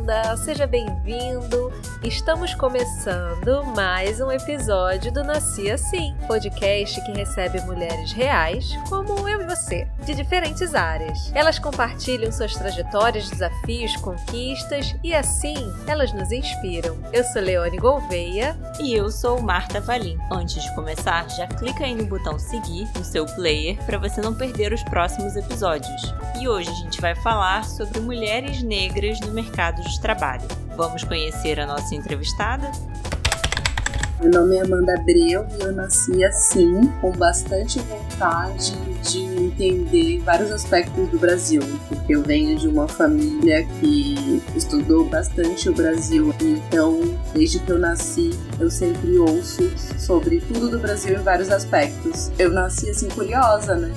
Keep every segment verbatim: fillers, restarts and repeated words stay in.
Amanda, seja bem-vindo. Estamos começando mais um episódio do Nasci Assim, podcast que recebe mulheres reais, como eu e você, de diferentes áreas. Elas compartilham suas trajetórias, desafios, conquistas e assim elas nos inspiram. Eu sou Leone Gouveia e eu sou Marta Valim. Antes de começar, já clica aí no botão seguir no seu player para você não perder os próximos episódios. E hoje a gente vai falar sobre mulheres negras no mercado de trabalho. Vamos conhecer a nossa entrevistada? Meu nome é Amanda Abreu e eu nasci assim, com bastante vontade de entender vários aspectos do Brasil, porque eu venho de uma família que estudou bastante o Brasil, então desde que eu nasci eu sempre ouço sobre tudo do Brasil em vários aspectos. Eu nasci assim curiosa, né?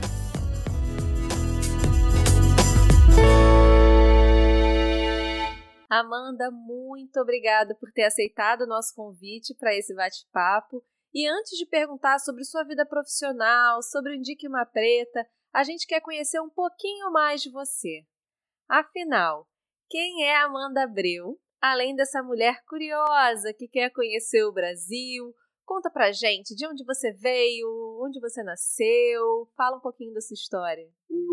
Amanda, muito obrigada por ter aceitado o nosso convite para esse bate-papo. E antes de perguntar sobre sua vida profissional, sobre o Indique Uma Preta, a gente quer conhecer um pouquinho mais de você. Afinal, quem é Amanda Abreu, além dessa mulher curiosa que quer conhecer o Brasil? Conta pra gente de onde você veio, onde você nasceu, fala um pouquinho da sua história.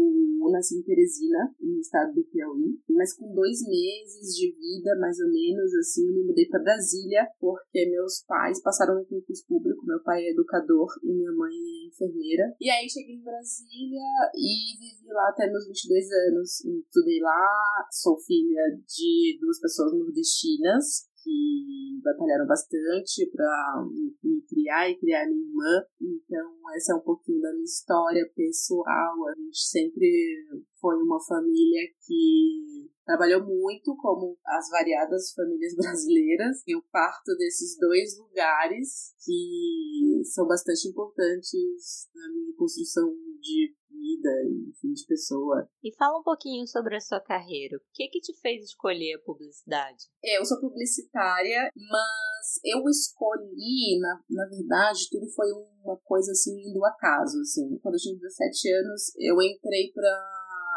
Eu nasci em Teresina, no estado do Piauí, mas com dois meses de vida, mais ou menos, assim, eu me mudei para Brasília, porque meus pais passaram no concurso público, meu pai é educador e minha mãe é enfermeira. E aí cheguei em Brasília e vivi lá até meus vinte e dois anos. Estudei lá, sou filha de duas pessoas nordestinas, que batalharam bastante para me criar e criar minha irmã. Então, essa é um pouquinho da minha história pessoal. A gente sempre foi uma família que trabalhou muito, como as variadas famílias brasileiras. Eu parto desses dois lugares que são bastante importantes na minha construção de vida, enfim, de pessoa. E fala um pouquinho sobre a sua carreira. O que que te fez escolher a publicidade? Eu sou publicitária, mas eu escolhi, na, na verdade, tudo foi uma coisa assim do acaso, assim. Quando eu tinha dezessete anos, eu entrei para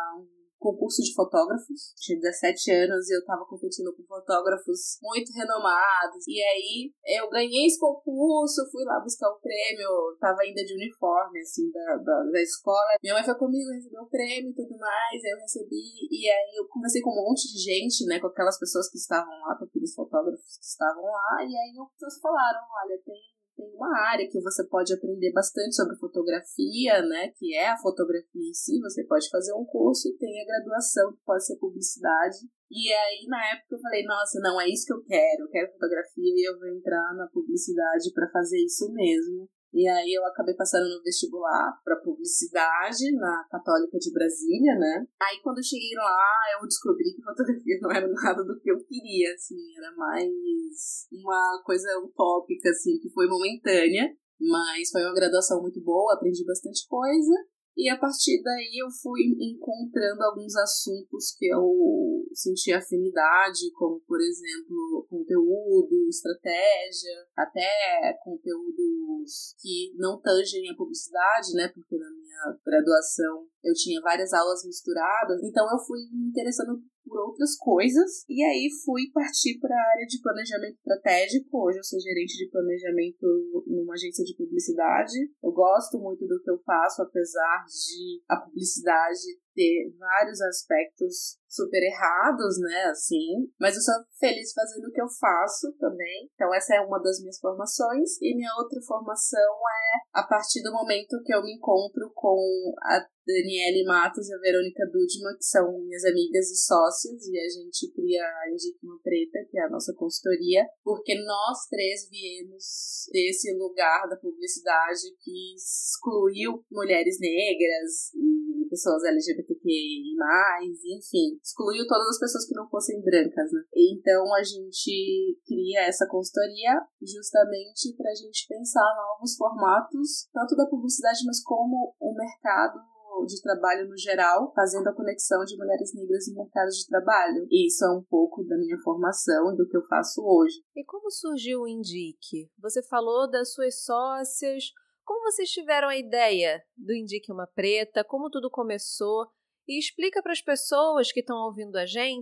concurso de fotógrafos. Tinha dezessete anos e eu tava competindo com fotógrafos muito renomados. E aí eu ganhei esse concurso, fui lá buscar o prêmio, tava ainda de uniforme, assim, da, da, da escola. Minha mãe foi comigo, recebeu o prêmio e tudo mais, aí eu recebi. E aí eu conversei com um monte de gente, né, com aquelas pessoas que estavam lá, com aqueles fotógrafos que estavam lá. E aí eles falaram, olha, tem Tem uma área que você pode aprender bastante sobre fotografia, né, que é a fotografia em si. Você pode fazer um curso e tem a graduação, que pode ser publicidade. E aí, na época, eu falei, nossa, não, é isso que eu quero. Eu quero fotografia e eu vou entrar na publicidade para fazer isso mesmo. E aí eu acabei passando no vestibular para publicidade na Católica de Brasília, né? Aí quando eu cheguei lá, eu descobri que fotografia não era nada do que eu queria, assim, era mais uma coisa utópica, assim, que foi momentânea, mas foi uma graduação muito boa, aprendi bastante coisa. E a partir daí eu fui encontrando alguns assuntos que eu senti afinidade, como, por exemplo, conteúdo, estratégia, até conteúdos que não tangem a publicidade, né? Porque na minha graduação eu tinha várias aulas misturadas, então eu fui me interessando por outras coisas, e aí fui partir para a área de planejamento estratégico. Hoje eu sou gerente de planejamento numa agência de publicidade. Eu gosto muito do que eu faço, apesar de a publicidade ter vários aspectos super errados, né, assim, mas eu sou feliz fazendo o que eu faço também. Então essa é uma das minhas formações, e minha outra formação é a partir do momento que eu me encontro com a Daniele Matos e a Verônica Dudman, que são minhas amigas e sócias, e a gente cria a Indique Uma Preta, que é a nossa consultoria, porque nós três viemos desse lugar da publicidade que excluiu mulheres negras e pessoas L G B T Q I mais, enfim, excluiu todas as pessoas que não fossem brancas, né? Então a gente cria essa consultoria justamente para a gente pensar novos formatos, tanto da publicidade, mas como o mercado de trabalho no geral, fazendo a conexão de mulheres negras no mercado de trabalho. E isso é um pouco da minha formação e do que eu faço hoje. E como surgiu o Indique? Você falou das suas sócias. Como vocês tiveram a ideia do Indique Uma Preta? Como tudo começou? E explica para as pessoas que estão ouvindo a gente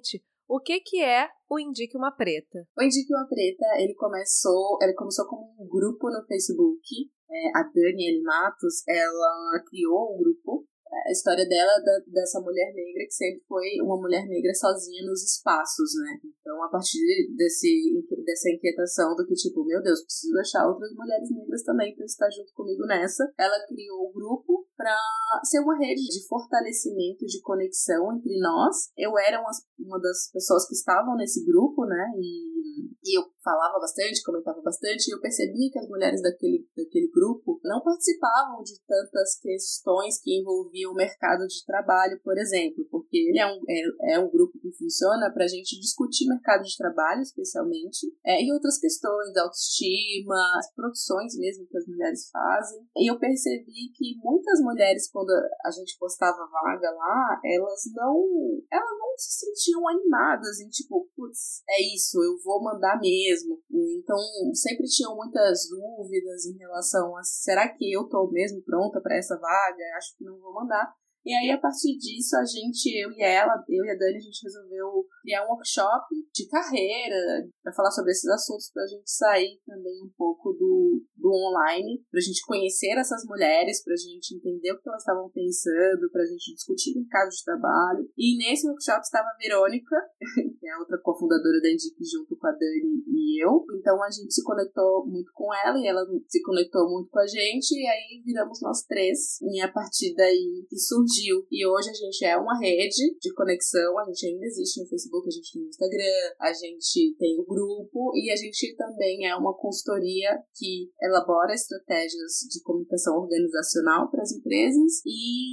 O que que é o Indique Uma Preta? O Indique Uma Preta, ele começou, ele começou como um grupo no Facebook. É, a Dani Matos, ela criou o grupo. A história dela, da, dessa mulher negra, que sempre foi uma mulher negra sozinha nos espaços, né? Então, a partir desse, dessa inquietação do que, tipo, meu Deus, preciso achar outras mulheres negras também para estar junto comigo nessa, ela criou o grupo para ser uma rede de fortalecimento, de conexão entre nós. Eu era uma, uma das pessoas que estavam nesse grupo, né? E, e eu falava bastante, comentava bastante, e eu percebia que as mulheres daquele, daquele grupo não participavam de tantas questões que envolviam o mercado de trabalho, por exemplo, porque ele é um, é, é um grupo que funciona para a gente discutir mercado de trabalho, especialmente, é, e outras questões, autoestima, as produções mesmo que as mulheres fazem. E eu percebi que muitas mulheres, quando a gente postava vaga lá, elas não, elas não se sentiam animadas em tipo, putz, é isso, eu vou mandar mesmo. Então, sempre tinham muitas dúvidas em relação a será que eu tô mesmo pronta para essa vaga? Acho que não vou mandar. E aí, a partir disso, a gente, eu e ela, eu e a Dani, a gente resolveu criar um workshop de carreira para falar sobre esses assuntos, para a gente sair também um pouco do, do online, para a gente conhecer essas mulheres, para a gente entender o que elas estavam pensando, para a gente discutir o mercado de trabalho. E nesse workshop estava a Verônica, que é a outra cofundadora da Indique, junto com a Dani e eu. Então, a gente se conectou muito com ela e ela se conectou muito com a gente, e aí viramos nós três. E a partir daí que surgiu. E hoje a gente é uma rede de conexão, a gente ainda existe no Facebook, a gente tem no Instagram, a gente tem o grupo e a gente também é uma consultoria que elabora estratégias de comunicação organizacional para as empresas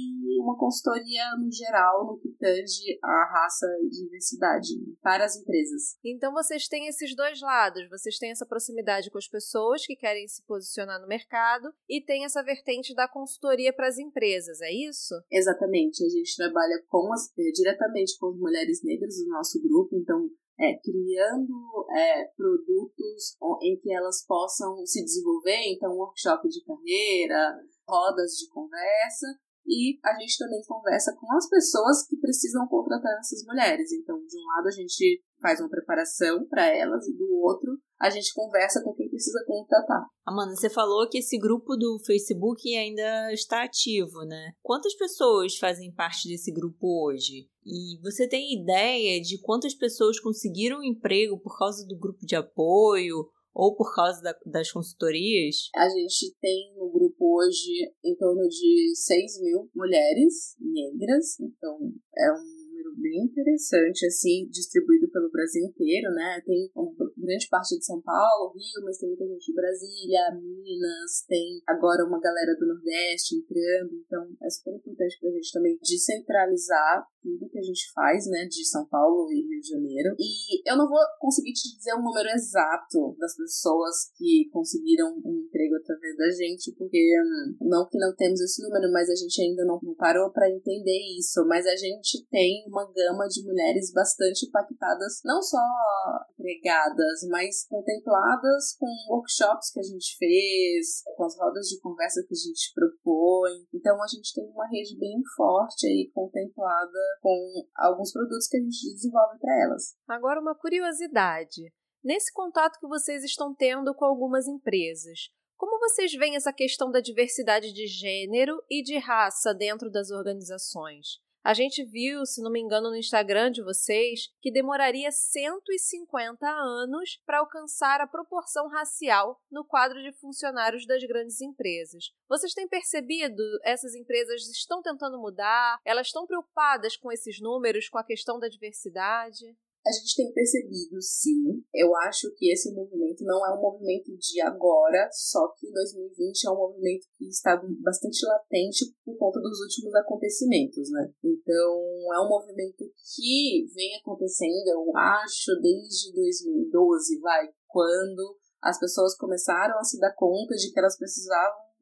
e uma consultoria no geral no que tange a raça e diversidade para as empresas. Então vocês têm esses dois lados, vocês têm essa proximidade com as pessoas que querem se posicionar no mercado e tem essa vertente da consultoria para as empresas, é isso? Exatamente, a gente trabalha com as, diretamente com as mulheres negras do nosso grupo, então é, criando é, produtos em que elas possam se desenvolver, então workshop de carreira, rodas de conversa, e a gente também conversa com as pessoas que precisam contratar essas mulheres. Então, de um lado a gente faz uma preparação para elas e do outro a gente conversa com quem precisa contratar. Amanda, você falou que esse grupo do Facebook ainda está ativo, né? Quantas pessoas fazem parte desse grupo hoje? E você tem ideia de quantas pessoas conseguiram emprego por causa do grupo de apoio ou por causa da, das consultorias? A gente tem no grupo hoje em torno de seis mil mulheres negras, então é um bem interessante, assim, distribuído pelo Brasil inteiro, né? Tem uma grande parte de São Paulo, Rio, mas tem muita gente de Brasília, Minas, tem agora uma galera do Nordeste entrando, então é super importante pra gente também descentralizar tudo que a gente faz, né, de São Paulo e Rio de Janeiro. E eu não vou conseguir te dizer um número exato das pessoas que conseguiram um emprego através da gente, porque hum, não que não temos esse número, mas a gente ainda não parou para entender isso, mas a gente tem uma gama de mulheres bastante impactadas, não só empregadas, mas contempladas com workshops que a gente fez, com as rodas de conversa que a gente propõe. Então a gente tem uma rede bem forte aí, contemplada com alguns produtos que a gente desenvolve para elas. Agora uma curiosidade. Nesse contato que vocês estão tendo com algumas empresas, como vocês veem essa questão da diversidade de gênero e de raça dentro das organizações? A gente viu, se não me engano, no Instagram de vocês, que demoraria cento e cinquenta anos para alcançar a proporção racial no quadro de funcionários das grandes empresas. Vocês têm percebido, essas empresas estão tentando mudar? Elas estão preocupadas com esses números, com a questão da diversidade? A gente tem percebido, sim. Eu acho que esse movimento não é um movimento de agora, só que dois mil e vinte é um movimento que está bastante latente por conta dos últimos acontecimentos, né? Então, é um movimento que vem acontecendo, eu acho, desde dois mil e doze, vai, quando as pessoas começaram a se dar conta de que elas precisavam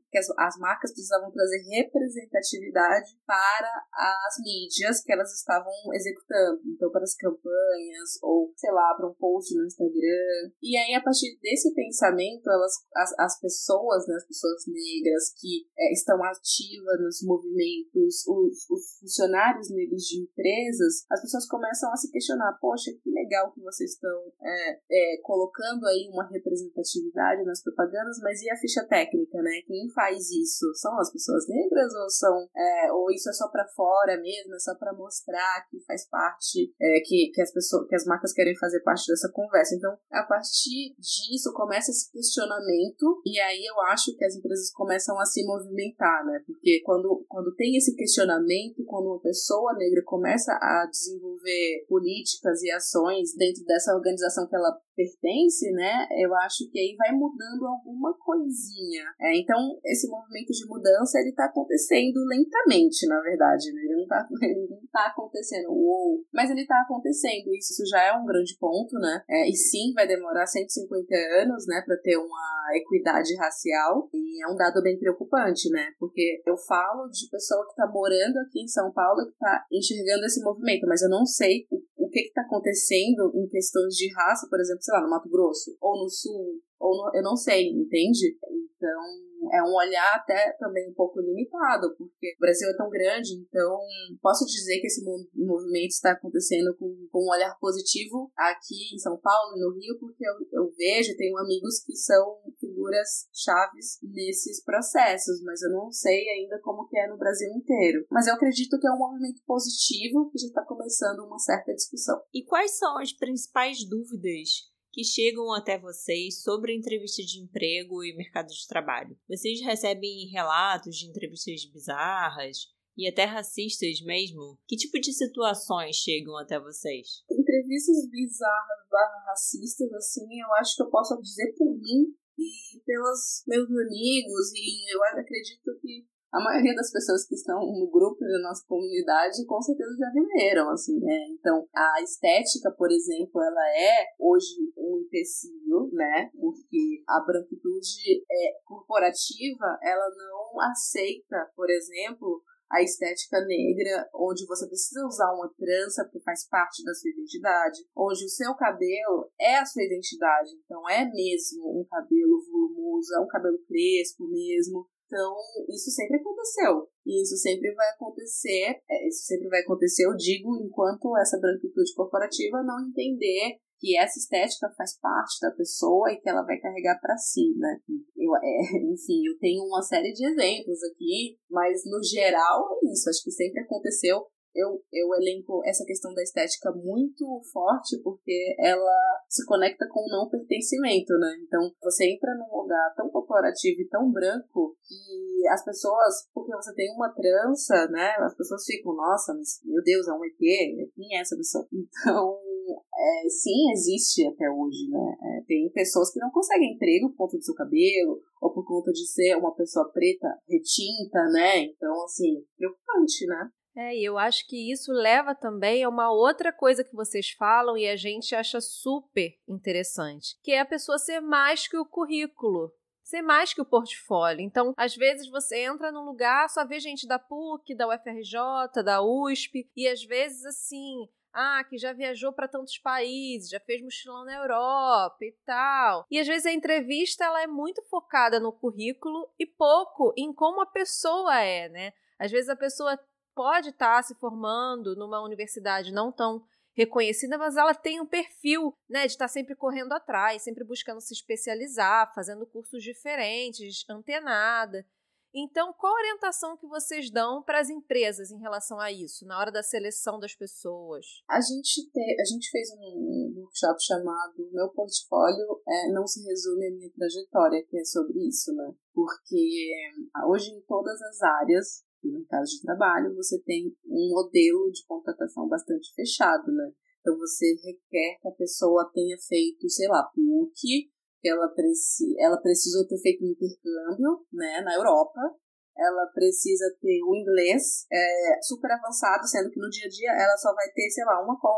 que as, as marcas precisavam trazer representatividade para as mídias que elas estavam executando. Então, para as campanhas, ou, sei lá, para um post no Instagram. E aí, a partir desse pensamento, elas, as, as pessoas, né, as pessoas negras que é, estão ativas nos movimentos, os, os funcionários negros de empresas, as pessoas começam a se questionar, poxa, que legal que vocês estão é, é, colocando aí uma representatividade nas propagandas, mas e a ficha técnica, né? Quem faz isso? São as pessoas negras ou são é, ou isso é só para fora mesmo, é só para mostrar que faz parte, é, que, que as pessoas, que as marcas querem fazer parte dessa conversa. Então, a partir disso começa esse questionamento, e aí eu acho que as empresas começam a se movimentar, né? Porque quando, quando tem esse questionamento, quando uma pessoa negra começa a desenvolver políticas e ações dentro dessa organização que ela pertence, né, eu acho que aí vai mudando alguma coisinha. É, então, esse movimento de mudança, ele tá acontecendo lentamente, na verdade, né? Ele não tá, ele não tá acontecendo, uou, mas ele tá acontecendo, e isso já é um grande ponto, né? É, e sim, vai demorar cento e cinquenta anos, né, para ter uma equidade racial, e é um dado bem preocupante, né? Porque eu falo de pessoa que tá morando aqui em São Paulo, que tá enxergando esse movimento, mas eu não sei o o que está acontecendo em questões de raça, por exemplo, sei lá, no Mato Grosso, ou no Sul, ou no, eu não sei, entende? Então, é um olhar até também um pouco limitado, porque o Brasil é tão grande, então posso dizer que esse movimento está acontecendo com, com um olhar positivo aqui em São Paulo e no Rio, porque eu, eu vejo, tenho amigos que são figuras chaves nesses processos, mas eu não sei ainda como que é no Brasil inteiro. Mas eu acredito que é um movimento positivo que já está começando uma certa discussão. E quais são as principais dúvidas que chegam até vocês sobre entrevista de emprego e mercado de trabalho? Vocês recebem relatos de entrevistas bizarras e até racistas mesmo? Que tipo de situações chegam até vocês? Entrevistas bizarras barra racistas, assim, eu acho que eu posso dizer por mim e pelos meus amigos, e eu acredito que a maioria das pessoas que estão no grupo da nossa comunidade com certeza já viveram, assim, né? Então, a estética, por exemplo, ela é hoje um empecilho, né? Porque a branquitude é, corporativa, ela não aceita, por exemplo, a estética negra, onde você precisa usar uma trança porque faz parte da sua identidade, onde o seu cabelo é a sua identidade, então é mesmo um cabelo volumoso, é um cabelo crespo mesmo. Então, isso sempre aconteceu. E isso sempre vai acontecer, é, isso sempre vai acontecer, eu digo, enquanto essa branquitude corporativa não entender que essa estética faz parte da pessoa e que ela vai carregar para si, né? Eu, é, enfim, eu tenho uma série de exemplos aqui, mas no geral é isso, acho que sempre aconteceu. Eu, eu elenco essa questão da estética muito forte porque ela se conecta com o não pertencimento, né? Então, você entra num lugar tão corporativo e tão branco que as pessoas, porque você tem uma trança, né? As pessoas ficam, nossa, mas, meu Deus, é um E T? Quem é essa pessoa? Então, é, sim, existe até hoje, né? É, tem pessoas que não conseguem emprego por conta do seu cabelo ou por conta de ser uma pessoa preta retinta, né? Então, assim, preocupante, né? É, e eu acho que isso leva também a uma outra coisa que vocês falam e a gente acha super interessante, que é a pessoa ser mais que o currículo, ser mais que o portfólio. Então, às vezes você entra num lugar, só vê gente da P U C, da U F R J, da U S P, e às vezes assim, ah, que já viajou para tantos países, já fez mochilão na Europa e tal. E às vezes a entrevista ela é muito focada no currículo e pouco em como a pessoa é, né? Às vezes a pessoa pode estar se formando numa universidade não tão reconhecida, mas ela tem um perfil, né, de estar sempre correndo atrás, sempre buscando se especializar, fazendo cursos diferentes, antenada. Então, qual a orientação que vocês dão para as empresas em relação a isso, na hora da seleção das pessoas? A gente, te, a gente fez um workshop chamado Meu Portfólio é, Não Se Resume a Minha Trajetória, que é sobre isso, né? Porque hoje em todas as áreas no mercado de trabalho, você tem um modelo de contratação bastante fechado, né? Então, você requer que a pessoa tenha feito, sei lá, P U C, que ela, preci- ela precisou ter feito um intercâmbio, né, na Europa, ela precisa ter o inglês é, super avançado, sendo que no dia a dia ela só vai ter, sei lá, uma call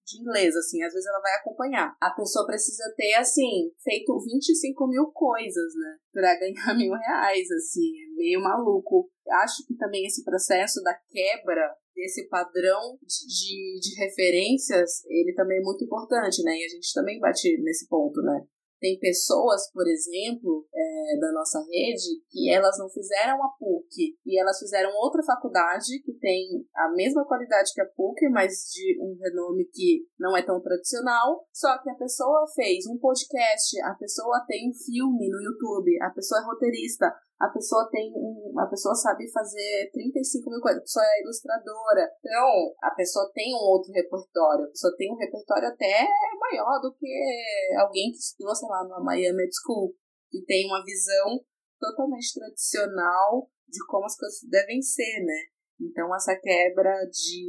de inglês, assim, às vezes ela vai acompanhar. A pessoa precisa ter, assim, feito vinte e cinco mil coisas, né, pra ganhar mil reais, assim, é meio maluco. Acho que também esse processo da quebra desse padrão de, de referências, ele também é muito importante, né, e a gente também bate nesse ponto, né. Tem pessoas, por exemplo, é, da nossa rede, que elas não fizeram a P U C e elas fizeram outra faculdade que tem a mesma qualidade que a P U C, mas de um renome que não é tão tradicional, só que a pessoa fez um podcast, a pessoa tem um filme no YouTube, a pessoa é roteirista, a pessoa tem um, a pessoa sabe fazer trinta e cinco mil coisas, a pessoa é ilustradora. Então, a pessoa tem um outro repertório, a pessoa tem um repertório até maior do que alguém que estudou, sei lá, na Miami School, que tem uma visão totalmente tradicional de como as coisas devem ser, né? Então, essa quebra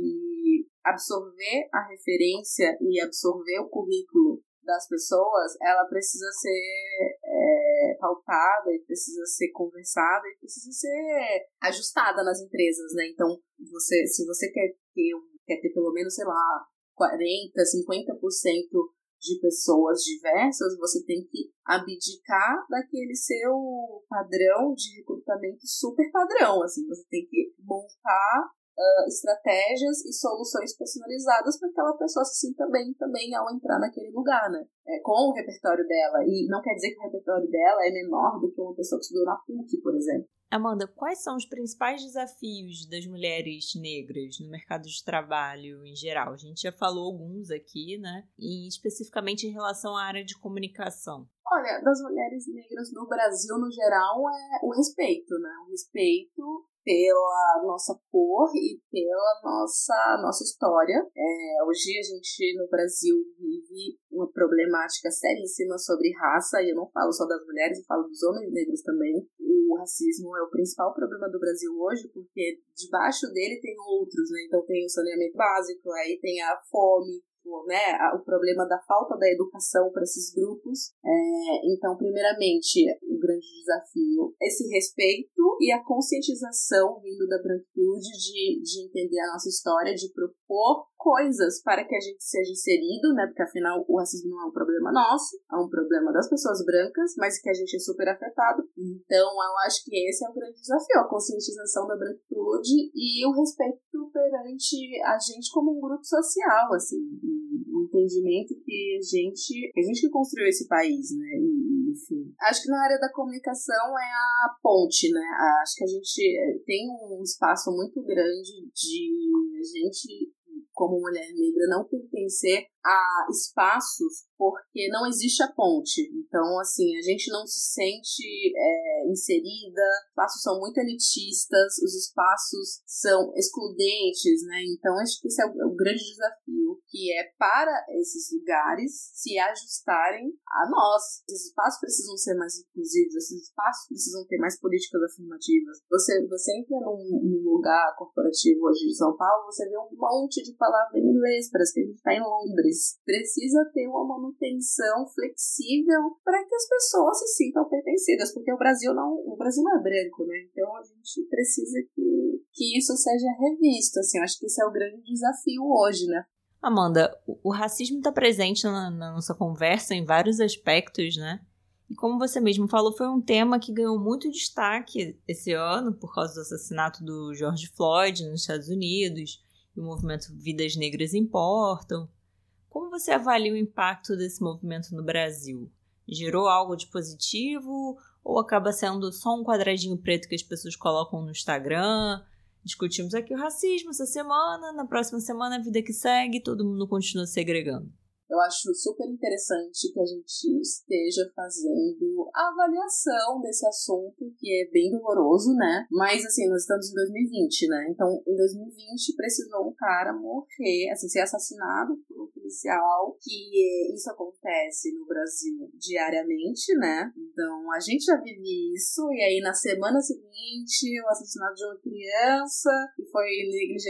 de absorver a referência e absorver o currículo das pessoas, ela precisa ser é, pautada e precisa ser conversada e precisa ser ajustada nas empresas, né? Então, você, se você quer ter, quer ter pelo menos, sei lá, quarenta, cinquenta por cento de pessoas diversas, você tem que abdicar daquele seu padrão de recrutamento super padrão, assim, você tem que montar Uh, estratégias e soluções personalizadas para que aquela pessoa se sinta bem também ao entrar naquele lugar, né? É, com o repertório dela. E não quer dizer que o repertório dela é menor do que uma pessoa que estudou na P U C, por exemplo. Amanda, quais são os principais desafios das mulheres negras no mercado de trabalho em geral? A gente já falou alguns aqui, né? E especificamente em relação à área de comunicação. Olha, das mulheres negras no Brasil, no geral, é o respeito, né? O respeito pela nossa cor e pela nossa, nossa história. É, hoje a gente, no Brasil, vive uma problemática seríssima sobre raça, e eu não falo só das mulheres, eu falo dos homens negros também. O racismo é o principal problema do Brasil hoje, porque debaixo dele tem outros, né? Então tem o saneamento básico, aí tem a fome, né, o problema da falta da educação para esses grupos. É, então, primeiramente, o grande desafio é esse respeito e a conscientização vindo da branquitude de, de entender a nossa história, de propor coisas para que a gente seja inserido, né, porque afinal o racismo não é um problema nosso, é um problema das pessoas brancas, mas que a gente é super afetado. Então, eu acho que esse é o grande desafio, a conscientização da branquitude e o respeito perante a gente como um grupo social, assim, o entendimento que a gente, a gente que construiu esse país, né, e, enfim. Acho que na área da comunicação é a ponte, né, acho que a gente tem um espaço muito grande de a gente, como mulher negra, não pertencer a espaços porque não existe a ponte. Então, assim, a gente não se sente é, inserida, os espaços são muito elitistas, os espaços são excludentes, né? Então, acho que esse é o, o grande desafio, que é para esses lugares se ajustarem a nós. Esses espaços precisam ser mais inclusivos, esses espaços precisam ter mais políticas afirmativas. Você, você entra num, num lugar corporativo hoje de São Paulo, você vê um monte de palavras em inglês, parece que a gente está em Londres. Precisa ter uma manutenção flexível para que as pessoas se sintam pertencidas, porque o Brasil não, o Brasil não é branco, né? Então a gente precisa que, que isso seja revisto, assim, eu acho que esse é o grande desafio hoje, né? Amanda, o, o racismo está presente na, na nossa conversa em vários aspectos, né? E como você mesmo falou, foi um tema que ganhou muito destaque esse ano por causa do assassinato do George Floyd nos Estados Unidos, e o movimento Vidas Negras Importam. Como você avalia o impacto desse movimento no Brasil? Gerou algo de positivo ou acaba sendo só um quadradinho preto que as pessoas colocam no Instagram? Discutimos aqui o racismo essa semana, na próxima semana a vida que segue, todo mundo continua segregando. Eu acho super interessante que a gente esteja fazendo a avaliação desse assunto, que é bem doloroso, né? Mas, assim, nós estamos em dois mil e vinte, né? Então, em dois mil e vinte, precisou um cara morrer, assim, ser assassinado por um policial, que isso acontece no Brasil diariamente, né? Então, a gente já vive isso, e aí, na semana seguinte, o assassinato de uma criança, que foi negligência...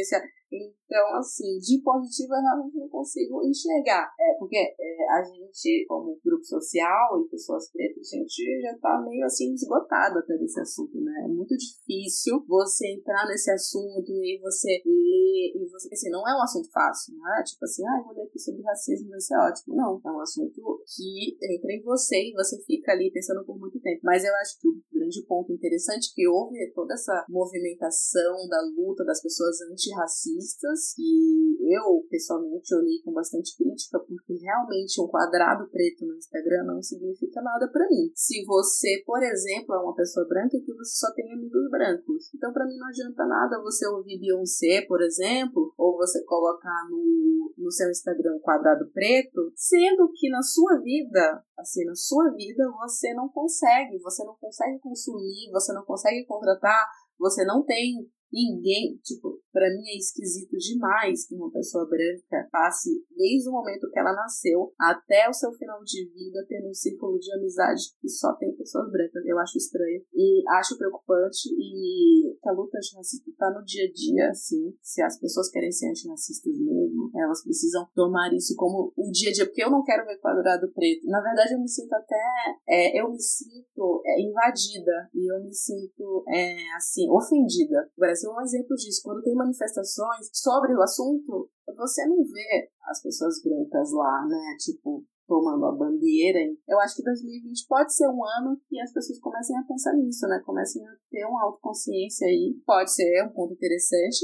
Então, assim, de positivo eu realmente não consigo enxergar. É, porque é, a gente, como grupo social e pessoas pretas, a gente já tá meio assim esgotado até desse assunto, né? É muito difícil você entrar nesse assunto e você ler, e você, assim, não é um assunto fácil, né? Tipo assim, ah, eu vou ler aqui sobre racismo, vai ser ótimo. Não, é um assunto que entra em você e você fica ali pensando por muito tempo. Mas eu acho que o grande ponto interessante é que houve toda essa movimentação da luta das pessoas antirracistas, e eu, pessoalmente, olhei com bastante crítica, porque realmente um quadrado preto no Instagram não significa nada pra mim. Se você, por exemplo, é uma pessoa branca, que você só tem amigos brancos. Então, pra mim, não adianta nada você ouvir Beyoncé, por exemplo, ou você colocar no, no seu Instagram um quadrado preto, sendo que na sua vida, assim, na sua vida, você não consegue, você não consegue consumir, você não consegue contratar, você não tem ninguém, tipo, pra mim é esquisito demais que uma pessoa branca passe desde o momento que ela nasceu até o seu final de vida tendo um círculo de amizade que só tem pessoas brancas. Eu acho estranho e acho preocupante, e que a luta antirracista tá no dia a dia, assim. Se as pessoas querem ser antirracistas mesmo, elas precisam tomar isso como o dia a dia, porque eu não quero ver quadrado preto. Na verdade, eu me sinto até, é, eu me sinto é, invadida, e eu me sinto, é, assim, ofendida. O Brasil é um exemplo disso. Quando tem manifestações sobre o assunto, você não vê as pessoas brancas lá, né, tipo, tomando a bandeira. Eu acho que dois mil e vinte pode ser um ano que as pessoas comecem a pensar nisso, né, comecem a ter uma autoconsciência aí. Pode ser um ponto interessante,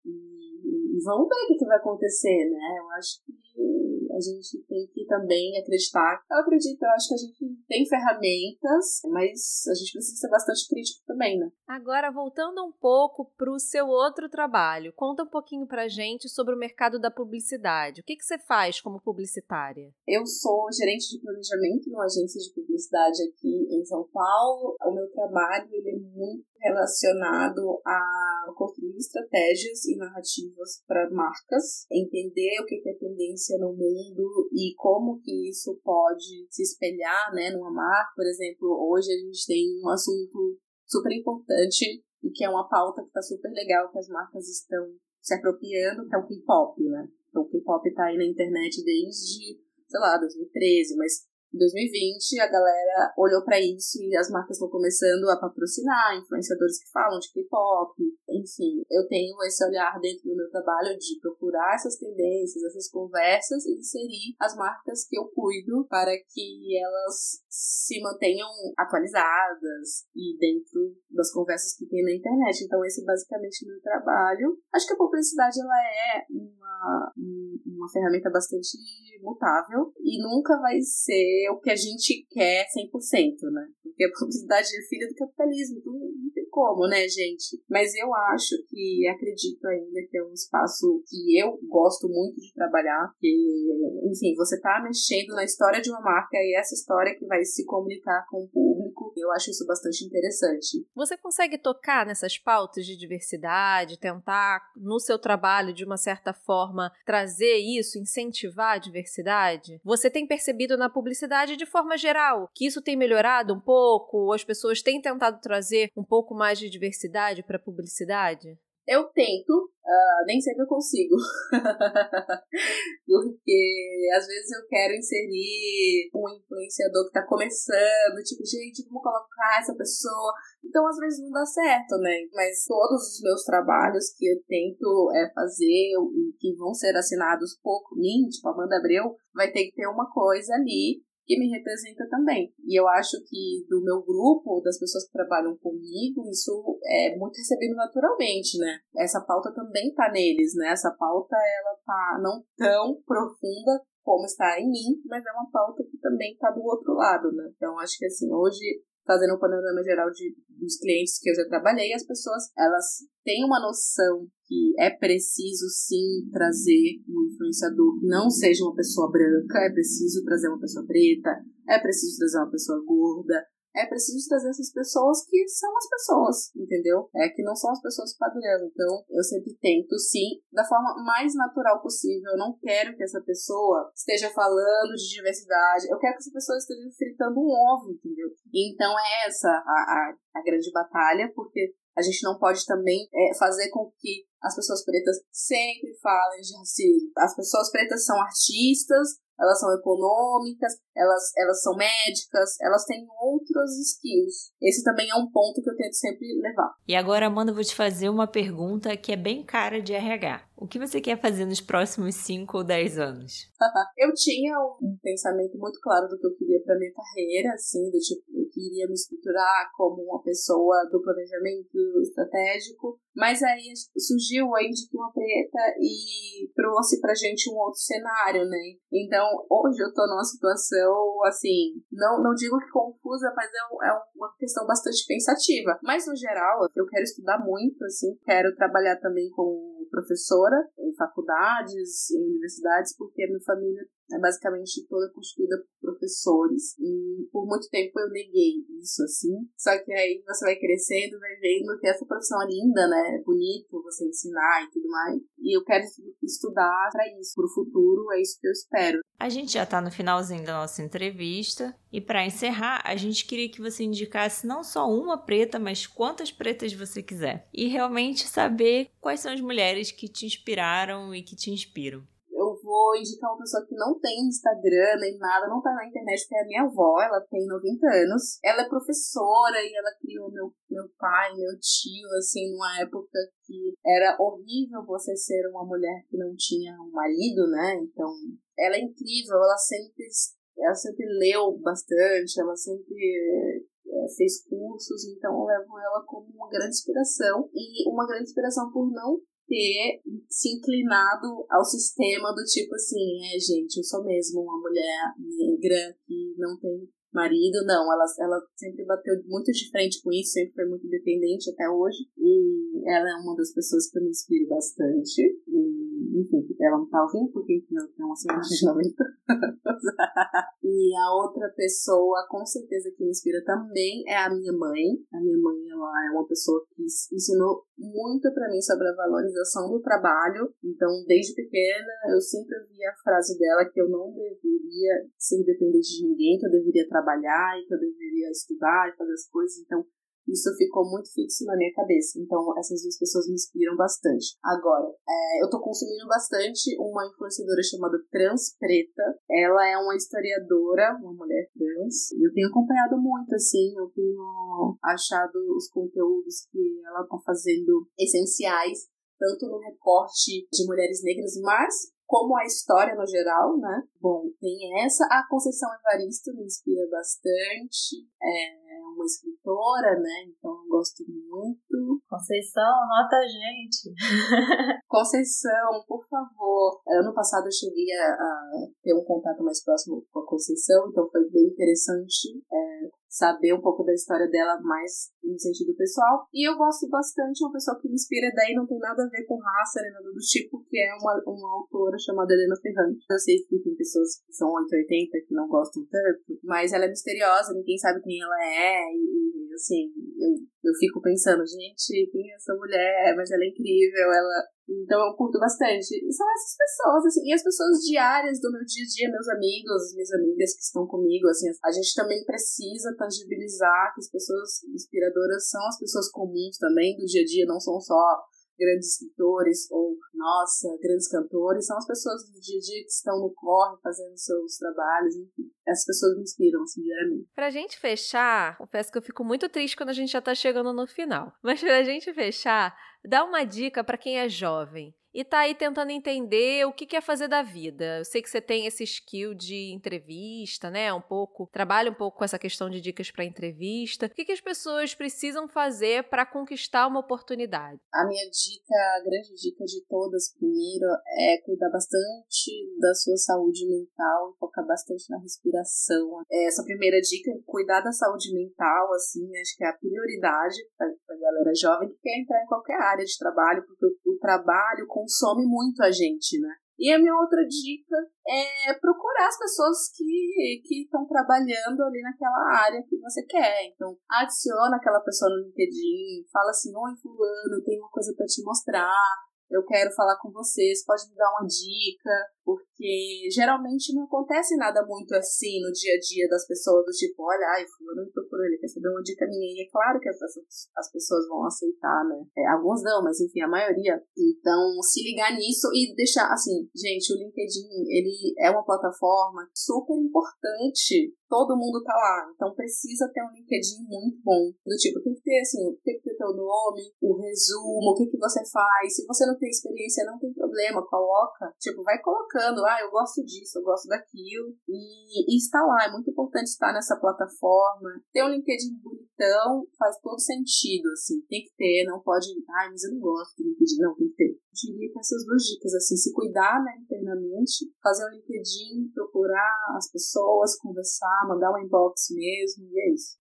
e, e vamos ver o que, que vai acontecer, né. Eu acho que a gente tem que também acreditar. Eu acredito, eu acho que a gente tem ferramentas, mas a gente precisa ser bastante crítico também, né? Agora, voltando um pouco para o seu outro trabalho, conta um pouquinho pra gente sobre o mercado da publicidade. O que, que você faz como publicitária? Eu sou gerente de planejamento numa agência de publicidade aqui em São Paulo. O meu trabalho ele é muito relacionado a construir estratégias e narrativas para marcas, entender o que é tendência no mundo e como que isso pode se espelhar, né, numa marca. Por exemplo, hoje a gente tem um assunto super importante e que é uma pauta que está super legal, que as marcas estão se apropriando, que é o K-pop, né? Então o K-pop está aí na internet desde, sei lá, dois mil e treze, mas em dois mil e vinte a galera olhou para isso e as marcas estão começando a patrocinar influenciadores que falam de K-pop. Enfim, eu tenho esse olhar dentro do meu trabalho de procurar essas tendências, essas conversas e inserir as marcas que eu cuido para que elas se mantenham atualizadas e dentro das conversas que tem na internet. Então esse é basicamente o meu trabalho. Acho que a publicidade ela é uma, uma ferramenta bastante mutável e nunca vai ser o que a gente quer cem por cento, né? Porque a publicidade é filha do capitalismo, então não tem como, né, gente? Mas eu acho que, acredito ainda que é um espaço que eu gosto muito de trabalhar, que, enfim, você tá mexendo na história de uma marca e essa história que vai se comunicar com o público, eu acho isso bastante interessante. Você consegue tocar nessas pautas de diversidade, tentar, no seu trabalho, de uma certa forma, trazer isso, incentivar a diversidade? Você tem percebido na publicidade, de forma geral, que isso tem melhorado um pouco? Ou as pessoas têm tentado trazer um pouco mais de diversidade para a publicidade? Eu tento, uh, nem sempre eu consigo. Porque às vezes eu quero inserir um influenciador que tá começando, tipo, gente, vamos colocar essa pessoa. Então às vezes não dá certo, né? Mas todos os meus trabalhos que eu tento é, fazer e que vão ser assinados por mim, tipo Amanda Abreu, vai ter que ter uma coisa ali que me representa também. E eu acho que do meu grupo, das pessoas que trabalham comigo, isso é muito recebido naturalmente, né? Essa pauta também tá neles, né? Essa pauta, ela tá não tão profunda como está em mim, mas é uma pauta que também tá do outro lado, né? Então, acho que assim, hoje, fazendo um panorama geral de, dos clientes que eu já trabalhei, as pessoas, elas têm uma noção que é preciso, sim, trazer um influenciador que não seja uma pessoa branca, é preciso trazer uma pessoa preta, é preciso trazer uma pessoa gorda, é preciso trazer essas pessoas que são as pessoas, entendeu? É que não são as pessoas padrão. Então, eu sempre tento, sim, da forma mais natural possível. Eu não quero que essa pessoa esteja falando de diversidade. Eu quero que essa pessoa esteja fritando um ovo, entendeu? Então, é essa a, a, a grande batalha, porque a gente não pode também é, fazer com que as pessoas pretas sempre falem de racismo. As pessoas pretas são artistas, elas são econômicas, elas, elas são médicas, elas têm outros skills. Esse também é um ponto que eu tento sempre levar. E agora, Amanda, eu vou te fazer uma pergunta que é bem cara de R H. O que você quer fazer nos próximos cinco ou dez anos? Eu tinha um pensamento muito claro do que eu queria para minha carreira, assim, do tipo, eu queria me estruturar como uma pessoa do planejamento estratégico, mas aí surgiu a Indique Uma Preta e trouxe pra gente um outro cenário, né? Então, hoje eu tô numa situação, assim, não, não digo que confusa, mas é, é uma questão bastante pensativa. Mas, no geral, eu quero estudar muito, assim, quero trabalhar também como professora em faculdades, em universidades, porque a minha família é basicamente toda constituída por professores. E por muito tempo eu neguei isso, assim. Só que aí você vai crescendo, vai vendo que essa profissão é linda, né? É bonito você ensinar e tudo mais. E eu quero estudar para isso, pro futuro, é isso que eu espero. A gente já tá no finalzinho da nossa entrevista. E para encerrar, a gente queria que você indicasse não só uma preta, mas quantas pretas você quiser. E realmente saber quais são as mulheres que te inspiraram e que te inspiram. Eu vou indicar uma pessoa que não tem Instagram nem nada, não tá na internet, que é a minha avó. Ela tem noventa anos. Ela é professora e ela criou meu, meu pai, meu tio, assim, numa época que era horrível você ser uma mulher que não tinha um marido, né? Então, ela é incrível, ela sempre, ela sempre leu bastante, ela sempre é, fez cursos, então eu levo ela como uma grande inspiração. E uma grande inspiração por não ter se inclinado ao sistema do tipo assim, é gente, eu sou mesmo uma mulher negra que não tem marido, não, ela, ela sempre bateu muito de frente com isso, sempre foi muito independente até hoje, e ela é uma das pessoas que eu me inspiro bastante, e, enfim, ela não tá ouvindo porque enfim, ela tem uma senhora de noventa e a outra pessoa com certeza que me inspira também é a minha mãe. A minha mãe, ela é uma pessoa que ensinou muito pra mim sobre a valorização do trabalho, então desde pequena eu sempre ouvia a frase dela que eu não deveria ser dependente de ninguém, que eu deveria trabalhar e que eu deveria estudar e fazer as coisas, então isso ficou muito fixo na minha cabeça. Então, essas duas pessoas me inspiram bastante. Agora, é, eu tô consumindo bastante uma influenciadora chamada Trans Preta. Ela é uma historiadora, uma mulher trans. E eu tenho acompanhado muito, assim. Eu tenho achado os conteúdos que ela tá fazendo essenciais, tanto no recorte de mulheres negras, mas como a história no geral, né? Bom, tem essa. A Conceição Evaristo me inspira bastante. É uma escritora, né? Então eu gosto muito. Conceição, anota a gente. Conceição, por favor. Ano passado eu cheguei a, a ter um contato mais próximo com a Conceição, então foi bem interessante é, saber um pouco da história dela mais no sentido pessoal. E eu gosto bastante de uma pessoa que me inspira, daí não tem nada a ver com raça, nem nada do tipo, que é uma, uma autora chamada Helena Ferrante. Eu sei que tem pessoas que são oito oitenta que não gostam tanto, mas ela é misteriosa, ninguém sabe quem ela é, e, e assim, eu, eu fico pensando, gente, quem é essa mulher? Mas ela é incrível, ela... Então eu curto bastante. E são essas pessoas, assim, e as pessoas diárias do meu dia a dia, meus amigos, minhas amigas que estão comigo, assim, a gente também precisa tangibilizar que as pessoas inspiradoras são as pessoas comuns também do dia a dia, não são só grandes escritores ou, nossa, grandes cantores, são as pessoas do dia a dia que estão no corre, fazendo seus trabalhos, enfim. Essas pessoas me inspiram, assim, diariamente. Pra gente fechar, confesso que eu fico muito triste quando a gente já tá chegando no final. Mas pra gente fechar, dá uma dica pra quem é jovem e tá aí tentando entender o que quer fazer da vida. Eu sei que você tem esse skill de entrevista, né? Um pouco, trabalha um pouco com essa questão de dicas para entrevista. O que, que as pessoas precisam fazer para conquistar uma oportunidade? A minha dica, a grande dica de todas, primeiro, é cuidar bastante da sua saúde mental, focar bastante na respiração. Essa primeira dica, cuidar da saúde mental, assim, acho que é a prioridade para a galera jovem que quer entrar em qualquer área de trabalho, porque o trabalho consome muito a gente, né? E a minha outra dica é procurar as pessoas que estão trabalhando ali naquela área que você quer. Então, adiciona aquela pessoa no LinkedIn, fala assim, oi fulano, tem uma coisa para te mostrar, eu quero falar com vocês, pode me dar uma dica, porque geralmente não acontece nada muito assim no dia a dia das pessoas, do tipo, olha, ai, fulano me procurou, ele quer saber uma dica minha, e é claro que as, as pessoas vão aceitar, né, é, alguns não, mas enfim, a maioria. Então, se ligar nisso e deixar, assim, gente, o LinkedIn, ele é uma plataforma super importante, todo mundo tá lá, então precisa ter um LinkedIn muito bom, do tipo, tem que ter, assim, tem que ter teu nome, o resumo, o que que você faz, se você não tem experiência, não tem problema, coloca, tipo, vai colocando, ah, eu gosto disso, eu gosto daquilo, e, e está lá, é muito importante estar nessa plataforma, ter um LinkedIn bonitão faz todo sentido, assim, tem que ter, não pode, ai, mas eu não gosto do LinkedIn, não, tem que ter. Eu diria que essas duas dicas, assim, se cuidar, né, internamente, fazer um LinkedIn, procurar as pessoas, conversar, mandar um inbox mesmo, e é isso.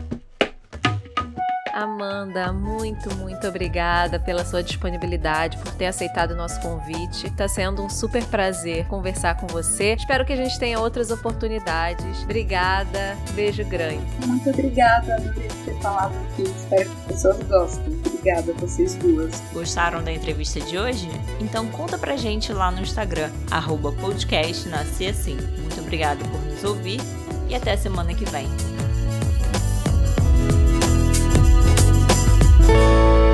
Amanda, muito, muito obrigada pela sua disponibilidade, por ter aceitado o nosso convite. Tá sendo um super prazer conversar com você. Espero que a gente tenha outras oportunidades. Obrigada, beijo grande. Muito obrigada, adorei ter falado aqui. Espero que as pessoas gostem. Obrigada a vocês duas. Gostaram da entrevista de hoje? Então conta pra gente lá no Instagram, arroba podcast Nasci Assim. Muito obrigada por nos ouvir e até a semana que vem.